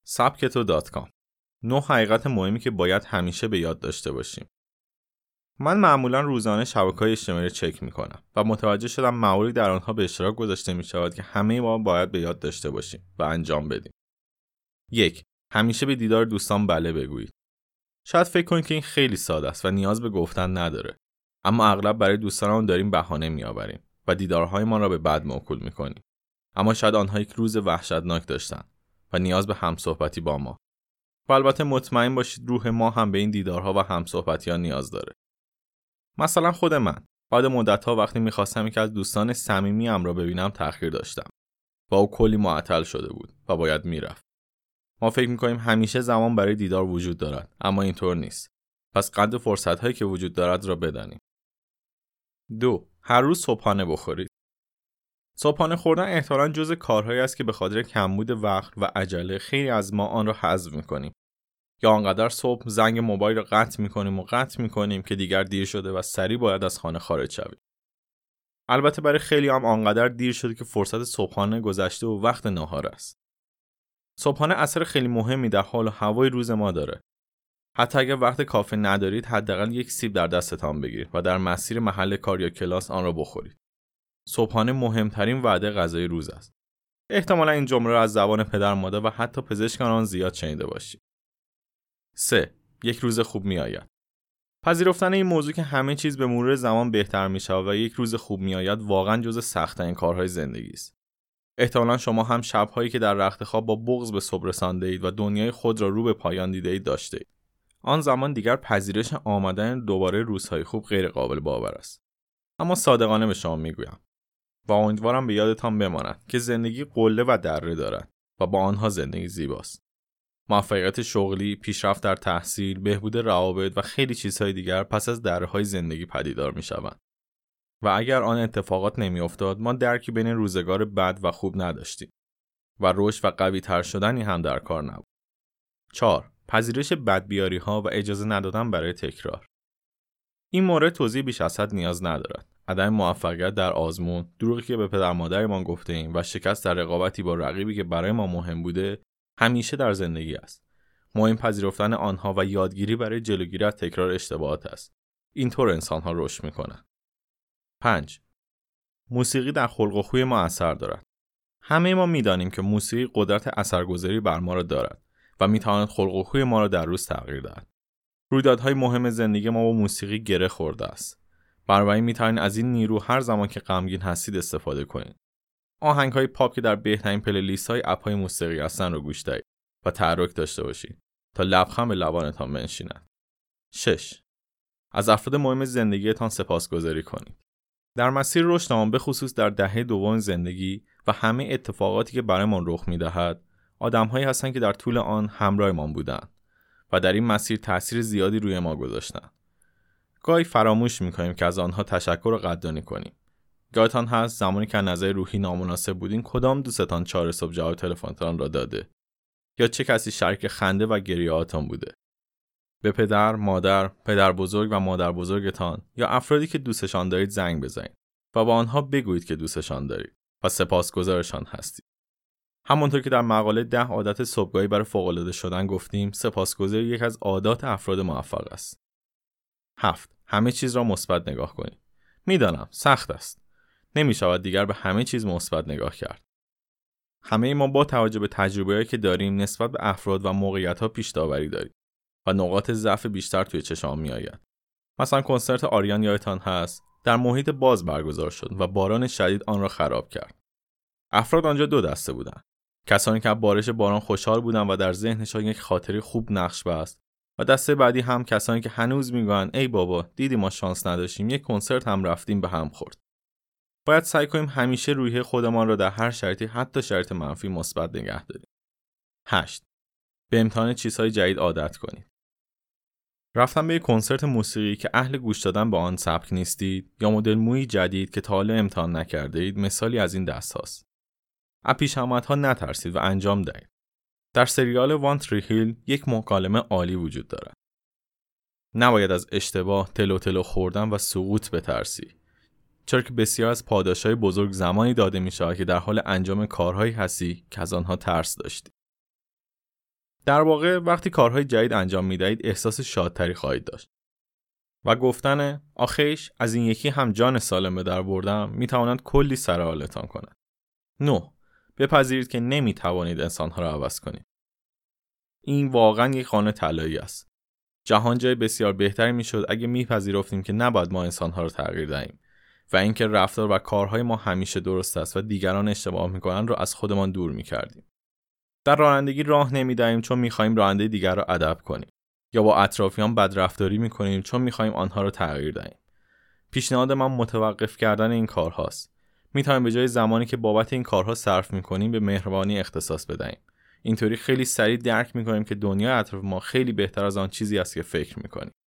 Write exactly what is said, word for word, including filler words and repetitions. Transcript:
سبکتو دات کام. نه حقیقت مهمی که باید همیشه به یاد داشته باشیم. من معمولا روزانه شبکه‌های اجتماعی رو چک می‌کنم و متوجه شدم مواردی در آنها به اشتراک گذاشته می‌شود که همه ما باید به یاد داشته باشیم و انجام بدیم. یک، همیشه به دیدار دوستان بله بگویید. شاید فکر کنید که این خیلی ساده است و نیاز به گفتن نداره، اما اغلب برای دوستانمون داریم بهانه می‌آوریم و دیدارهایمان را به بد موکول می‌کنیم. اما شاید آنها یک روز وحشتناک داشتن و نیاز به همصحبتی با ما. و البته مطمئن باشید روح ما هم به این دیدارها و همصحبتی‌ها نیاز داره. مثلا خود من بعد مدت‌ها وقتی می‌خواستم یکی از دوستان صمیمی‌ام را ببینم تأخیر داشتم و او کلی معطل شده بود و باید میرفت. ما فکر می‌کنیم همیشه زمان برای دیدار وجود دارد، اما اینطور نیست. پس قدر فرصت‌هایی که وجود دارد را بدانیم. دو، هر روز صبحانه بخورید. صبحانه خوردن احتمالاً جزء کارهایی است که به خاطر کمبود وقت و عجله خیلی از ما آن را حذف می‌کنیم. یا آنقدر صبح زنگ موبایل را قطع می‌کنیم و قطع می‌کنیم که دیگر دیر شده و سریع باید از خانه خارج شویم. البته برای خیلی هم آنقدر دیر شده که فرصت صبحانه گذشته و وقت ناهار است. صبحانه اثر خیلی مهمی در حال و هوای روز ما داره. حتی اگر وقت کافی ندارید حداقل یک سیب در دستتان بگیرید و در مسیر محل کار یا کلاس آن را بخورید. صبحانه مهمترین وعده غذای روز است. احتمالاً این جمله را از زبان پدر مادر و حتی پزشکان آن زیاد شنیده باشید. سه. یک روز خوب می آید. پذیرفتن این موضوع که همه چیز به مرور زمان بهتر می شود و یک روز خوب می آید واقعاً جزء سخت‌ترین کارهای زندگی است. احتمالاً شما هم شب‌هایی که در رخت خواب با بغض به صبح رسانده اید و دنیای خود را رو به پایان دیده اید داشته اید. آن زمان دیگر پذیرش آمدن دوباره روزهای خوب غیر قابل باور است. اما صادقانه به شما میگویم و امیدوارم به یادتان بماند که زندگی قله و دره دارد و با آنها زندگی زیباست. موفقیت شغلی، پیشرفت در تحصیل، بهبود روابط و خیلی چیزهای دیگر پس از دره‌های زندگی پدیدار می‌شوند. و اگر آن اتفاقات نمی‌افتاد، ما درکی بین روزگار بد و خوب نداشتیم و رشد و قوی‌تر شدنی هم در کار نبود. چهار. پذیرش بدبیاری‌ها و اجازه ندادن برای تکرار. این مورد توضیح بیش از حد نیاز ندارد. عدم موفقیت در آزمون، دروغی که به پدر مادرمان گفته‌ایم و شکست در رقابتی با رقیبی که برای ما مهم بوده، همیشه در زندگی است. مهم پذیرفتن آنها و یادگیری برای جلوگیری از تکرار اشتباهات است. اینطور انسان‌ها رشد می‌کنند. پنج. موسیقی در خلق و خوی ما اثر دارد. همه ما می‌دانیم که موسیقی قدرت اثرگذاری بر ما را دارد و می‌تواند خلق و خوی ما را در روز تغییر دهد. رویدادهای مهم زندگی ما با موسیقی گره خورده است. بنابراین می‌توانید از این نیرو هر زمان که غمگین هستید استفاده کنید. آهنگ‌های پاپ که در بهترین پلی‌لیست‌های اپ‌های موسیقی هستند را گوش دهید و تحرک داشته باشید تا لبخند به لبانتان بنشیند. شش. از افراد مهم زندگیتان سپاسگزاری کنید. در مسیر رشدمان به خصوص در دهه دوم زندگی و همه اتفاقاتی که برایمان رخ می‌دهد، آدم‌هایی هستند که در طول آن همراهمان بودند و در این مسیر تأثیر زیادی روی ما گذاشتند. گاهی فراموش می‌کنیم که از آنها تشکر و قدردانی کنیم. یادتان هست زمانی که از نظر روحی نامناسب بودین کدام دوستتان چهار صبح جواب تلفنتان را داده؟ یا چه کسی شریک خنده و گریه‌هاتان بوده؟ به پدر، مادر، پدر بزرگ و مادر بزرگتان یا افرادی که دوستشان دارید زنگ بزنید و با آنها بگویید که دوستشان دارید و سپاسگزارشان هستید. همونطور که در مقاله ده عادت صبحگاهی برای فوق‌العاده شدن گفتیم، سپاسگزاری یک از عادات افراد موفق است. هفت. همه چیز را مثبت نگاه کنید. میدانم سخت است. نمی شود دیگر به همه چیز مثبت نگاه کرد. همه ما با توجه به تجربه‌ای که داریم نسبت به افراد و موقعیت‌ها پیش داوری داریم و نقاط ضعف بیشتر توی چشام میآید. مثلا کنسرت آریان یادتان هست در محیط باز برگزار شد و باران شدید آن را خراب کرد. افراد آنجا دو دسته بودند. کسانی که از بارش باران خوشحال بودند و در ذهنشان یک خاطره خوب نقش بست و دسته بعدی هم کسانی که هنوز میگویند ای بابا دیدی ما شانس نداشتیم، یک کنسرت هم رفتیم به هم خورد. باید سعی کنیم همیشه روحیه خودمان را در هر شرایطی حتی شرایط منفی مثبت نگه داریم. هشت. به امتحان چیزهای جدید عادت کنید. رفتن به یک کنسرت موسیقی که اهل گوش دادن به آن سبک نیستید یا مدل مویی جدید که تا حالا امتحان نکرده اید مثالی از این دست هاست. از پیشامدها نترسید و انجام دهید. در سریال وان تری هیل یک مکالمه عالی وجود دارد. نباید از اشتباه، تلو تلو خوردن و سقوط بترسی. چرا که بسیار از پاداشهای بزرگ زمانی داده می شود که در حال انجام کارهایی هستی که از آنها ترس داشتی. در واقع وقتی کارهای جدید انجام میدهید احساس شادتری خواهید داشت. و گفتن آخیش از این یکی هم جان سالم به در بردم میتواند کلی سر حالتان کند. نه، بپذیرید که نمیتوانید انسانها را عوض کنید. این واقعا یک قانون طلایی است. جهان جای بسیار بهتری میشد اگه میپذیرفتیم که نباید ما انسانها را تغییر دهیم و اینکه رفتار و کارهای ما همیشه درست است و دیگران اشتباه میکنن رو از خودمان دور میکردیم. در رانندگی راه نمیدهیم چون میخواهیم راننده دیگر را ادب کنیم یا با اطرافیان بدرفتاری میکنیم چون میخواهیم آنها را تغییر دهیم. پیشنهاد من متوقف کردن این کارهاست. میتونیم به جای زمانی که بابت این کارها صرف میکنیم به مهربانی اختصاص بدهیم. اینطوری خیلی سریع درک میکنیم که دنیا اطراف ما خیلی بهتر از آن چیزی است که فکر میکنیم.